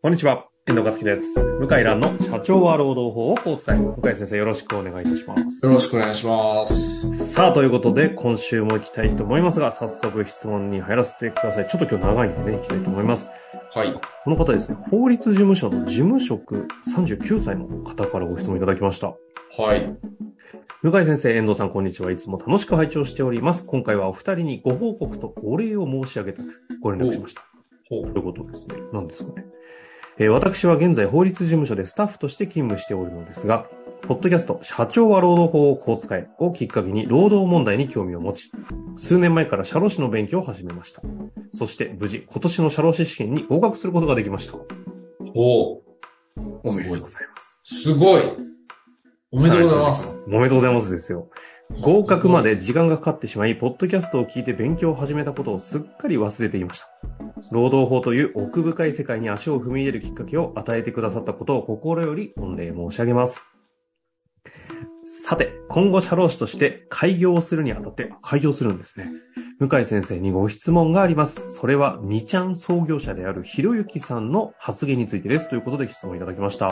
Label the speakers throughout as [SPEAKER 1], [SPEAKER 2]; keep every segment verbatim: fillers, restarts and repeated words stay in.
[SPEAKER 1] こんにちは、遠藤和樹です。向井蘭の社長は労働法をこう伝える。向井先生、よろしくお願いいたします。
[SPEAKER 2] よろしくお願いします。
[SPEAKER 1] さあ、ということで、今週も行きたいと思いますが、早速質問に入らせてください。ちょっと今日長いんでね、行きたいと思います。
[SPEAKER 2] はい。
[SPEAKER 1] この方ですね、法律事務所の事務職さんじゅうきゅうさいの方からご質問いただきました。
[SPEAKER 2] はい。
[SPEAKER 1] 向井先生、遠藤さん、こんにちは。いつも楽しく拝聴しております。今回はお二人にご報告とお礼を申し上げたくご連絡しました。
[SPEAKER 2] ほう。
[SPEAKER 1] ということですね。何ですかね。えー、私は現在法律事務所でスタッフとして勤務しておるのですが、ポッドキャスト、社長は労働法をこう使えをきっかけに労働問題に興味を持ち、数年前から社労士の勉強を始めました。そして無事、今年の社労士試験に合格することができました。
[SPEAKER 2] ほう。
[SPEAKER 1] おめでとうございます。
[SPEAKER 2] すごい。おめでとうございます。
[SPEAKER 1] おめでとうございますですよ。合格まで時間がかかってしまい、ポッドキャストを聞いて勉強を始めたことをすっかり忘れていました。労働法という奥深い世界に足を踏み入れるきっかけを与えてくださったことを心より御礼申し上げます。さて、今後社労士として開業をするにあたって、開業するんですね。向井先生にご質問があります。それはにちゃん創業者であるひろゆきさんの発言についてです。ということで質問いただきました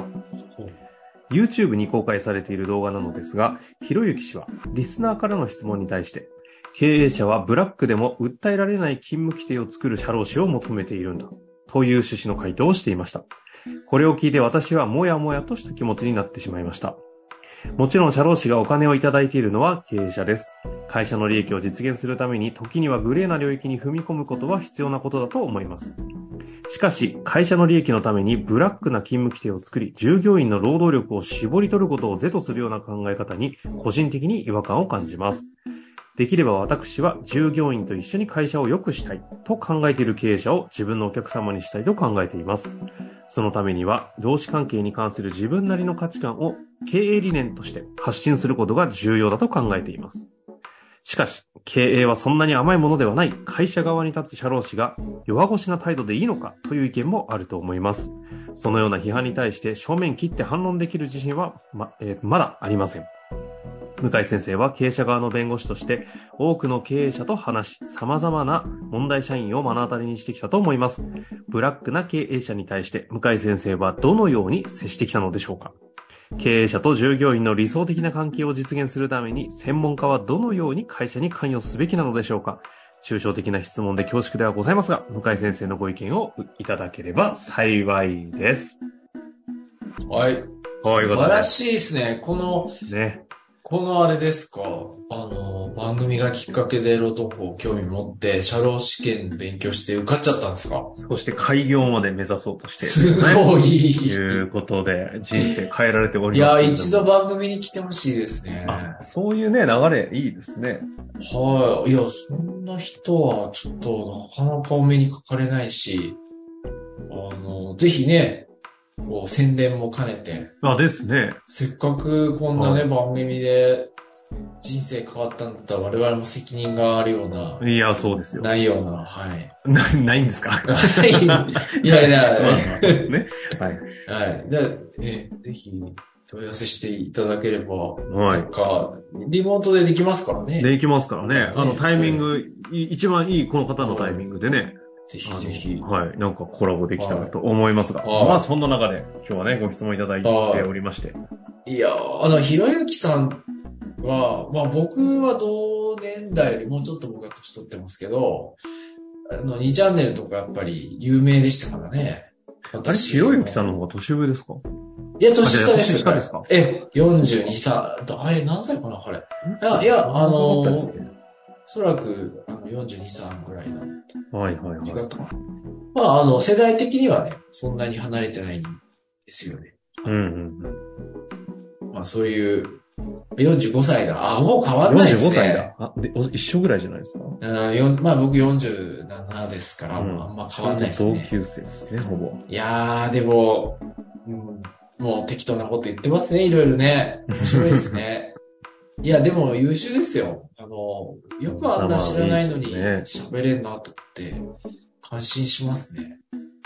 [SPEAKER 1] 。YouTube に公開されている動画なのですが、ひろゆき氏はリスナーからの質問に対して、経営者はブラックでも訴えられない勤務規定を作る社労士を求めているんだ、という趣旨の回答をしていました。これを聞いて私はもやもやとした気持ちになってしまいました。もちろん社労士がお金をいただいているのは経営者です。会社の利益を実現するために時にはグレーな領域に踏み込むことは必要なことだと思います。しかし、会社の利益のためにブラックな勤務規定を作り、従業員の労働力を絞り取ることを是とするような考え方に個人的に違和感を感じます。できれば私は従業員と一緒に会社を良くしたいと考えている経営者を自分のお客様にしたいと考えています。そのためには、労使関係に関する自分なりの価値観を経営理念として発信することが重要だと考えています。しかし、経営はそんなに甘いものではない会社側に立つ社労士が弱腰な態度でいいのかという意見もあると思います。そのような批判に対して正面切って反論できる自信は ま,、えー、まだありません。向井先生は経営者側の弁護士として多くの経営者と話し、様々な問題社員を目の当たりにしてきたと思います。ブラックな経営者に対して向井先生はどのように接してきたのでしょうか。経営者と従業員の理想的な関係を実現するために専門家はどのように会社に関与すべきなのでしょうか。抽象的な質問で恐縮ではございますが、向井先生のご意見をいただければ幸いです。
[SPEAKER 2] はい。素晴らしいですね。この、ね。このあれですか、あの、番組がきっかけで労働法興味持って、社労試験勉強して受かっちゃったんですか？
[SPEAKER 1] そして開業まで目指そうとして、ね。
[SPEAKER 2] すごい。と
[SPEAKER 1] いうことで、人生変えられております。
[SPEAKER 2] いや、一度番組に来てほしいですね。
[SPEAKER 1] あ、そういうね、流れいいですね。
[SPEAKER 2] はい。いや、そんな人はちょっとなかなかお目にかかれないし、あの、ぜひね、こう宣伝も兼ねて。
[SPEAKER 1] あ、ですね。
[SPEAKER 2] せっかくこんなね、はい、番組で人生変わったんだったら我々も責任があるような。
[SPEAKER 1] いや、そうですよ。
[SPEAKER 2] ないような、はい。
[SPEAKER 1] な、ないんですか？
[SPEAKER 2] いやいや、
[SPEAKER 1] まあ、そうですね。はい。
[SPEAKER 2] はい。で、え、ぜひ問い合わせしていただければ、はい。そっか、リモートでできますからね。
[SPEAKER 1] できますからね。ね、あのタイミング、えー、一番いいこの方のタイミングでね。はい、
[SPEAKER 2] ぜひぜひ。
[SPEAKER 1] はい。なんかコラボできたらと思いますが。はい、まあそんな中で今日はね、ご質問いただいておりまして。
[SPEAKER 2] いやー、あの、ひろゆきさんは、まあ僕は同年代よりもうちょっと僕は年取ってますけど、あの、にチャンネルとかやっぱり有名でしたからね。
[SPEAKER 1] 私。ひろゆきさんの方が年上ですか？
[SPEAKER 2] いや、年下です。
[SPEAKER 1] 年下ですか？
[SPEAKER 2] え、よんじゅうにさい、あれ、何歳かな、あれ。いや、いや、あのー、おそらく、あの、よんじゅうにさいぐらいな。
[SPEAKER 1] はいはいはい。
[SPEAKER 2] 違ったかな。まあ、あの、世代的にはね、そんなに離れてないんですよね。
[SPEAKER 1] うんうん
[SPEAKER 2] うん。まあ、そういう、よんじゅうごさいだ。あ、もう変わんないですね。よんじゅうごさいだ。
[SPEAKER 1] あ、で、一緒ぐらいじゃないですか？
[SPEAKER 2] あよんまあ、僕よんじゅうななですから、うん、あんま変わんないですね。
[SPEAKER 1] 同級生ですね、ほぼ。
[SPEAKER 2] いやー、でも、うん、もう適当なこと言ってますね、いろいろね。面白いですね。いや、でも優秀ですよ。あの、よくあんな知らないのに喋れんなと思って感心しますね。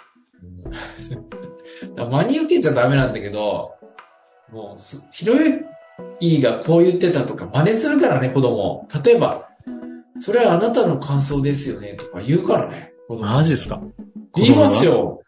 [SPEAKER 2] うん、真に受けちゃダメなんだけど、もう、ひろゆきがこう言ってたとか真似するからね、子供。例えば、それはあなたの感想ですよねとか言うからね、子供。
[SPEAKER 1] マジですか？
[SPEAKER 2] 言いますよ。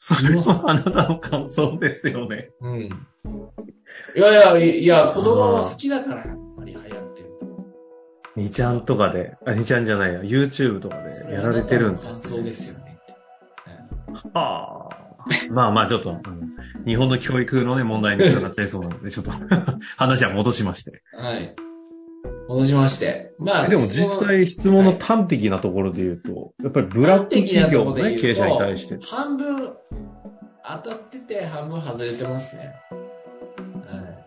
[SPEAKER 1] それはあなたの感想ですよね。
[SPEAKER 2] うん。いやいや、いや、子供も好きだから、やっぱり流行ってると。
[SPEAKER 1] にちゃんとかで、あ、にちゃんじゃないや、YouTube とかでやられてるんです、ね。
[SPEAKER 2] 感想ですよねって。
[SPEAKER 1] はあ。まあまあちょっと、うん、日本の教育のね、問題になっちゃいそうなので、ちょっと話は戻しまして。
[SPEAKER 2] はい。戻しまして。まあ、
[SPEAKER 1] でも実際質問の端的なところで言うと、はい、やっぱりブラック企業のね、経営者に対して。
[SPEAKER 2] 半分当たってて、半分外れてますね。はい。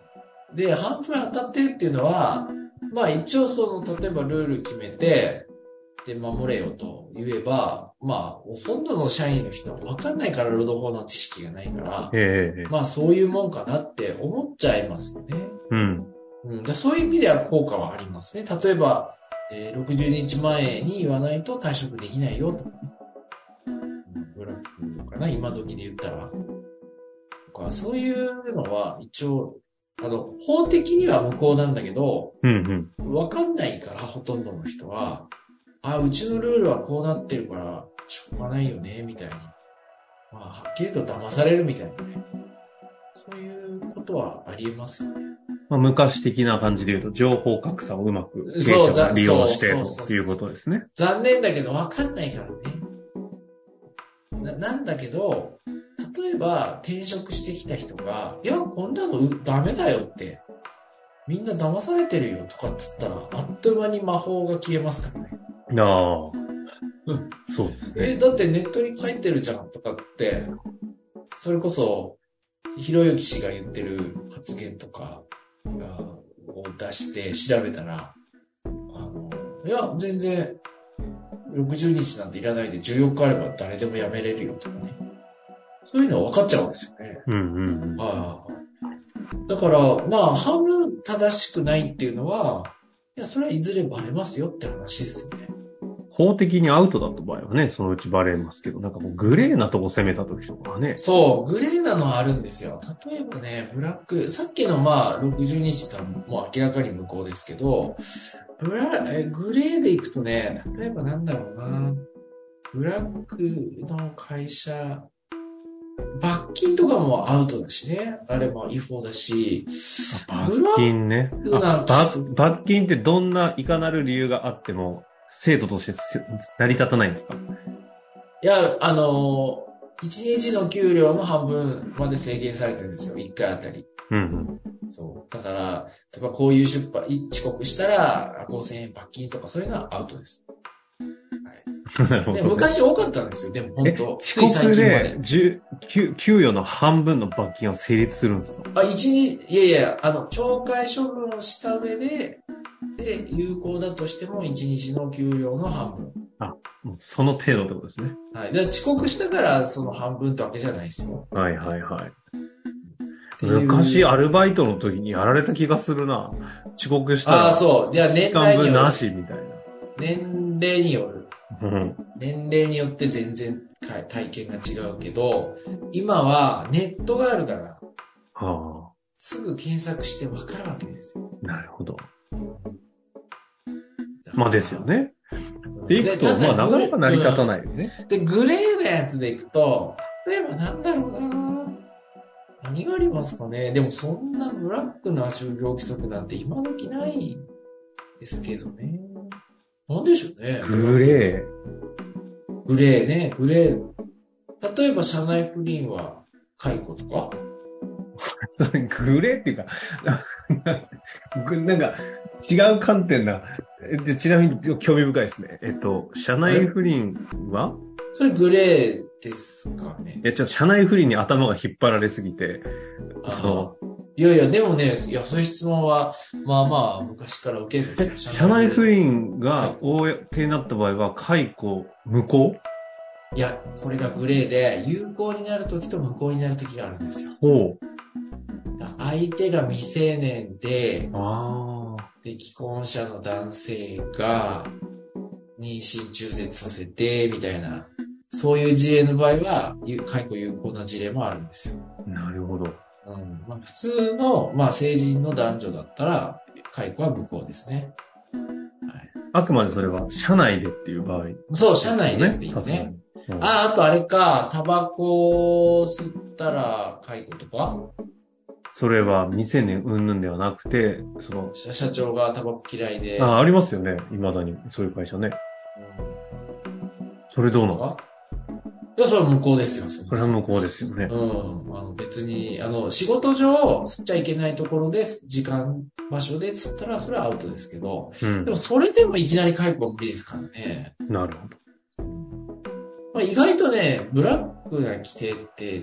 [SPEAKER 2] で、半分当たってるっていうのは、まあ一応その、例えばルール決めて、で、守れよと言えば、まあ、ほとんどの社員の人は分かんないから、労働法の知識がないから、
[SPEAKER 1] えー、
[SPEAKER 2] まあそういうもんかなって思っちゃいますよね。
[SPEAKER 1] うん。
[SPEAKER 2] うん、だそういう意味では効果はありますね。例えば、えー、ろくじゅうにちまえに言わないと退職できないよとかね。ブラックかな、今時で言ったら。とかそういうのは一応、あの、法的には無効なんだけど、
[SPEAKER 1] うんうん、
[SPEAKER 2] 分かんないから、ほとんどの人は、あ、うちのルールはこうなってるから、しょうがないよね、みたいに。まあ、はっきりと騙されるみたいなね。そういうことはあり得ますよね。
[SPEAKER 1] まあ、昔的な感じで言うと、情報格差をうまく経営者が利用してということですね。
[SPEAKER 2] 残念だけど分かんないからね。な、なんだけど、例えば転職してきた人が、いや、こんなのダメだよって、みんな騙されてるよとかっつったら、あっという間に魔法が消えますからね。
[SPEAKER 1] ああ。そうですね。
[SPEAKER 2] え、だってネットに書いてるじゃんとかって、それこそ、ひろゆき氏が言ってる発言とかを出して調べたら、あの、いや、全然、ろくじゅうにちなんていらないでじゅうよっかあれば誰でも辞めれるよとかね。そういうのは分かっちゃうんですよね。
[SPEAKER 1] うんうんうん。
[SPEAKER 2] ああ。だから、まあ、半分正しくないっていうのは、いや、それはいずれバレますよって話ですよね。
[SPEAKER 1] 法的にアウトだった場合はね、そのうちバレますけど、なんかもうグレーなとこ攻めた時とかはね。
[SPEAKER 2] そう、グレーなのはあるんですよ。例えばね、ブラック、さっきのまあ、ろくじゅうにちってもう明らかに無効ですけど、ブラ、え、グレーでいくとね、例えばなんだろうな、ブラックの会社、罰金とかもアウトだしね。あれも違法だし。
[SPEAKER 1] 罰金ね。罰金ってどんないかなる理由があっても、制度として成り立たないんですか？
[SPEAKER 2] いや、あの、一日の給料の半分まで制限されてるんですよ。一回あたり。
[SPEAKER 1] うんうん。
[SPEAKER 2] そう。だから、例えばこういう出版、遅刻したらごせんえん罰金とかそういうのはアウトです。はい、昔多かったんですよ。でも本当
[SPEAKER 1] 遅刻で給与の半分の罰金は成立するんですか？
[SPEAKER 2] あ、一日、いやいや、あの、懲戒処分をした上で、で、有効だとしても一日の給料の半分。
[SPEAKER 1] あ、その程度ってことですね。
[SPEAKER 2] はい。で遅刻したからその半分ってわけじゃないですよ。
[SPEAKER 1] はいはいはい。昔アルバイトの時にやられた気がするな。遅刻したら。
[SPEAKER 2] ああ、そう。じゃあ年齢による。
[SPEAKER 1] 半分なしみたいな。
[SPEAKER 2] 年齢による。
[SPEAKER 1] うん、
[SPEAKER 2] 年齢によって全然体験が違うけど、今はネットがあるから、
[SPEAKER 1] はあ、
[SPEAKER 2] すぐ検索して分かるわけですよ。
[SPEAKER 1] なるほど。まあですよね。で、いくと、まあなかなか成り立たないよね、
[SPEAKER 2] うん。で、グレーなやつでいくと、例えばなんだろうな何がありますかね。でもそんなブラックな就業規則なんて今時ないですけどね。なんでしょうね。
[SPEAKER 1] グレー。
[SPEAKER 2] グレーね、グレー。例えば社内不倫は解雇とか
[SPEAKER 1] それグレーっていうか、なんか違う観点な。ちなみに興味深いですね。えっと、社内不倫は
[SPEAKER 2] それグレーですかね。
[SPEAKER 1] いや、ちょっと社内不倫に頭が引っ張られすぎて、
[SPEAKER 2] そう。いやいや、でもね、いや、そういう質問は、まあまあ、昔から受けるんですよ。
[SPEAKER 1] 社内不倫が公になった場合は、解雇、無効？
[SPEAKER 2] いや、これがグレーで、有効になるときと無効になるときがあるんですよ。
[SPEAKER 1] ほう。
[SPEAKER 2] 相手が未成年で、
[SPEAKER 1] あ
[SPEAKER 2] で、既婚者の男性が、妊娠中絶させて、みたいな、そういう事例の場合は、解雇有効な事例もあるんですよ。
[SPEAKER 1] なるほど。
[SPEAKER 2] うんまあ、普通の、まあ、成人の男女だったら、解雇は無効ですね。はい、
[SPEAKER 1] あくまでそれは、社内でっていう場合、ね。
[SPEAKER 2] そう、社内でっていうね。
[SPEAKER 1] うん、
[SPEAKER 2] あ、あとあれか、タバコを吸ったら解雇とか
[SPEAKER 1] それは未成年云々ではなくて、その、
[SPEAKER 2] 社長がタバコ嫌いで。
[SPEAKER 1] あ、ありますよね。未だに。そういう会社ね。うん、それどうなんですか？
[SPEAKER 2] いや、それは無効ですよ。
[SPEAKER 1] それは無効ですよね。
[SPEAKER 2] うん。あの別に、あの、仕事上吸っちゃいけないところで、時間、場所で吸ったら、それはアウトですけど、うん、でもそれでもいきなり解雇は無理ですからね。
[SPEAKER 1] なるほど。
[SPEAKER 2] まあ、意外とね、ブラックな規定って、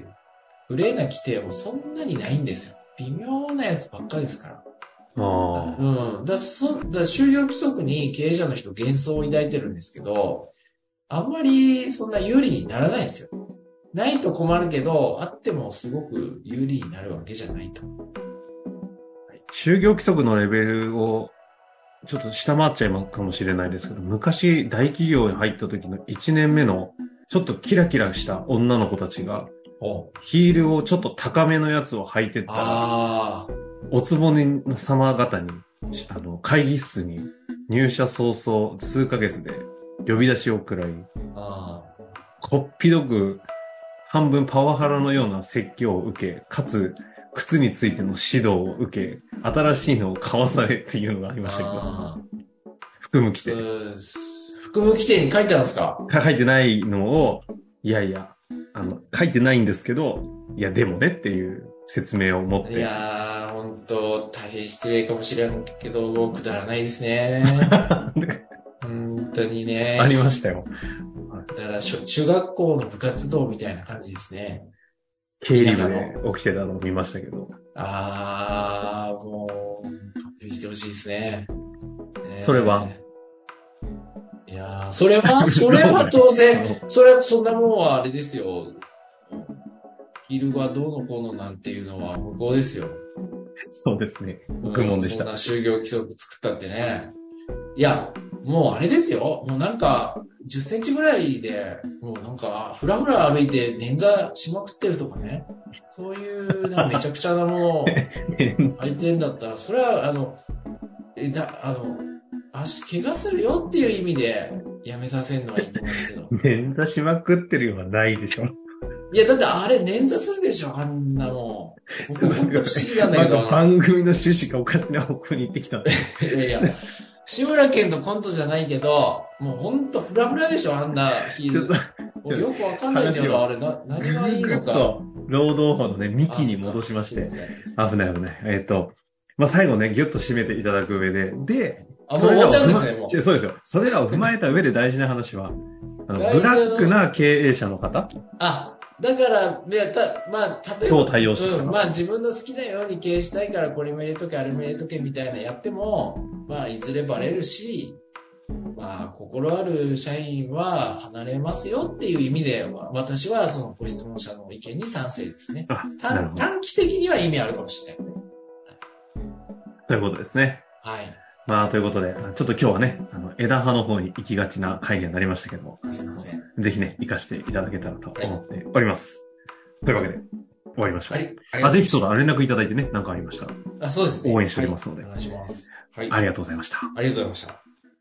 [SPEAKER 2] グレーな規定もそんなにないんですよ。微妙なやつばっかですから。
[SPEAKER 1] あ
[SPEAKER 2] うん。だそだ就業規則に経営者の人幻想を抱いてるんですけど、あんまりそんな有利にならないですよ。ないと困るけど、あってもすごく有利になるわけじゃないと。
[SPEAKER 1] 就業規則のレベルをちょっと下回っちゃいますかもしれないですけど、昔大企業に入った時のいちねんめのちょっとキラキラした女の子たちが、ヒールをちょっと高めのやつを履いてったら、おつぼねの様方に、あの、会議室に入社早々数ヶ月で呼び出しを食らい、あこっぴどく半分パワハラのような説教を受け、かつ靴についての指導を受け、新しいのを買わされっていうのがありましたけど、服務規定。
[SPEAKER 2] 服務規定に書いてあるんですか？
[SPEAKER 1] 書いてないのを、いやいや、あの、書いてないんですけど、いや、でもねっていう説明を持って。
[SPEAKER 2] いやー、ほんと、大変失礼かもしれんけど、くだらないですね。本当にね。
[SPEAKER 1] ありましたよ。
[SPEAKER 2] だから、中学校の部活動みたいな感じですね。
[SPEAKER 1] 経理部で起きてたのを見ましたけど。
[SPEAKER 2] あー、もう、勘弁してほしいですね。
[SPEAKER 1] えー、それはい
[SPEAKER 2] やー、それは、それは当然、それはそんなもんはあれですよ。ヒールがどうのこうのなんていうのは無効ですよ。
[SPEAKER 1] そうですね。僕もでした。
[SPEAKER 2] そんな就業規則作ったってね。いや、もうあれですよ。もうなんか、じゅっセンチぐらいで、もうなんか、ふらふら歩いて捻挫しまくってるとかね。そういう、なんかめちゃくちゃなもの、相手だったら、それは、あの、え、だ、あの、足、怪我するよっていう意味で、やめさせるのはいいと思うんですけど。
[SPEAKER 1] 捻挫しまくってるようはないでしょ。
[SPEAKER 2] いや、だってあれ捻挫するでしょ、あんなもん。僕なんか不思議なんだけど。
[SPEAKER 1] なんか番組の趣旨がおかしな方向に行ってきたんで。
[SPEAKER 2] いやいや、志村けんとコントじゃないけど、もうほんとフラフラでしょ、あんなヒール。よくわかんないんだよな、あれ。な、何がいいのか。
[SPEAKER 1] 労働法のね、幹に戻しまして。危ない危ない。えっと、まあ、最後ね、ギュッと締めていただく上で、で、
[SPEAKER 2] あ、もう終わっちゃうんですね、もう。
[SPEAKER 1] そうですよ。それらを踏まえた上で大事な話は、あの、ブラックな経営者の方
[SPEAKER 2] あ、だから、いや、た、まあ、例えば、
[SPEAKER 1] どう対応して
[SPEAKER 2] うん、まあ自分の好きなように経営したいからこれも入れとけ、あれも入れとけみたいなやっても、まあ、いずれバレるし、まあ、心ある社員は離れますよっていう意味で、私はそのご質問者の意見に賛成ですね。短, 短期的には意味あるかもしれない、ね。
[SPEAKER 1] ということですね。
[SPEAKER 2] はい。
[SPEAKER 1] まあ、ということで、ちょっと今日はね、あの、枝葉の方に行きがちな会議になりましたけど、
[SPEAKER 2] すいません。
[SPEAKER 1] ぜひね、活かしていただけたらと思っております。はい、というわけで、終わりましょう。
[SPEAKER 2] はい。
[SPEAKER 1] あ、ぜひそうだ、連絡いただいてね、何かありましたら。
[SPEAKER 2] あ、そうですね。
[SPEAKER 1] 応援しておりますので、
[SPEAKER 2] はい。お願いします。はい。
[SPEAKER 1] ありがとうございました。
[SPEAKER 2] ありがとうございました。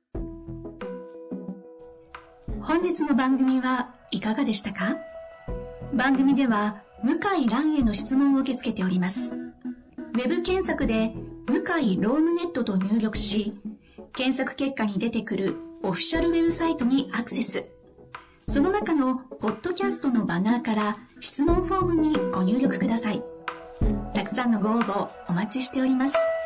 [SPEAKER 3] 本日の番組はいかがでしたか？番組では、向井蘭への質問を受け付けております。ウェブ検索で、向井ロームネットと入力し、検索結果に出てくるオフィシャルウェブサイトにアクセス。その中のポッドキャストのバナーから質問フォームにご入力ください。たくさんのご応募お待ちしております。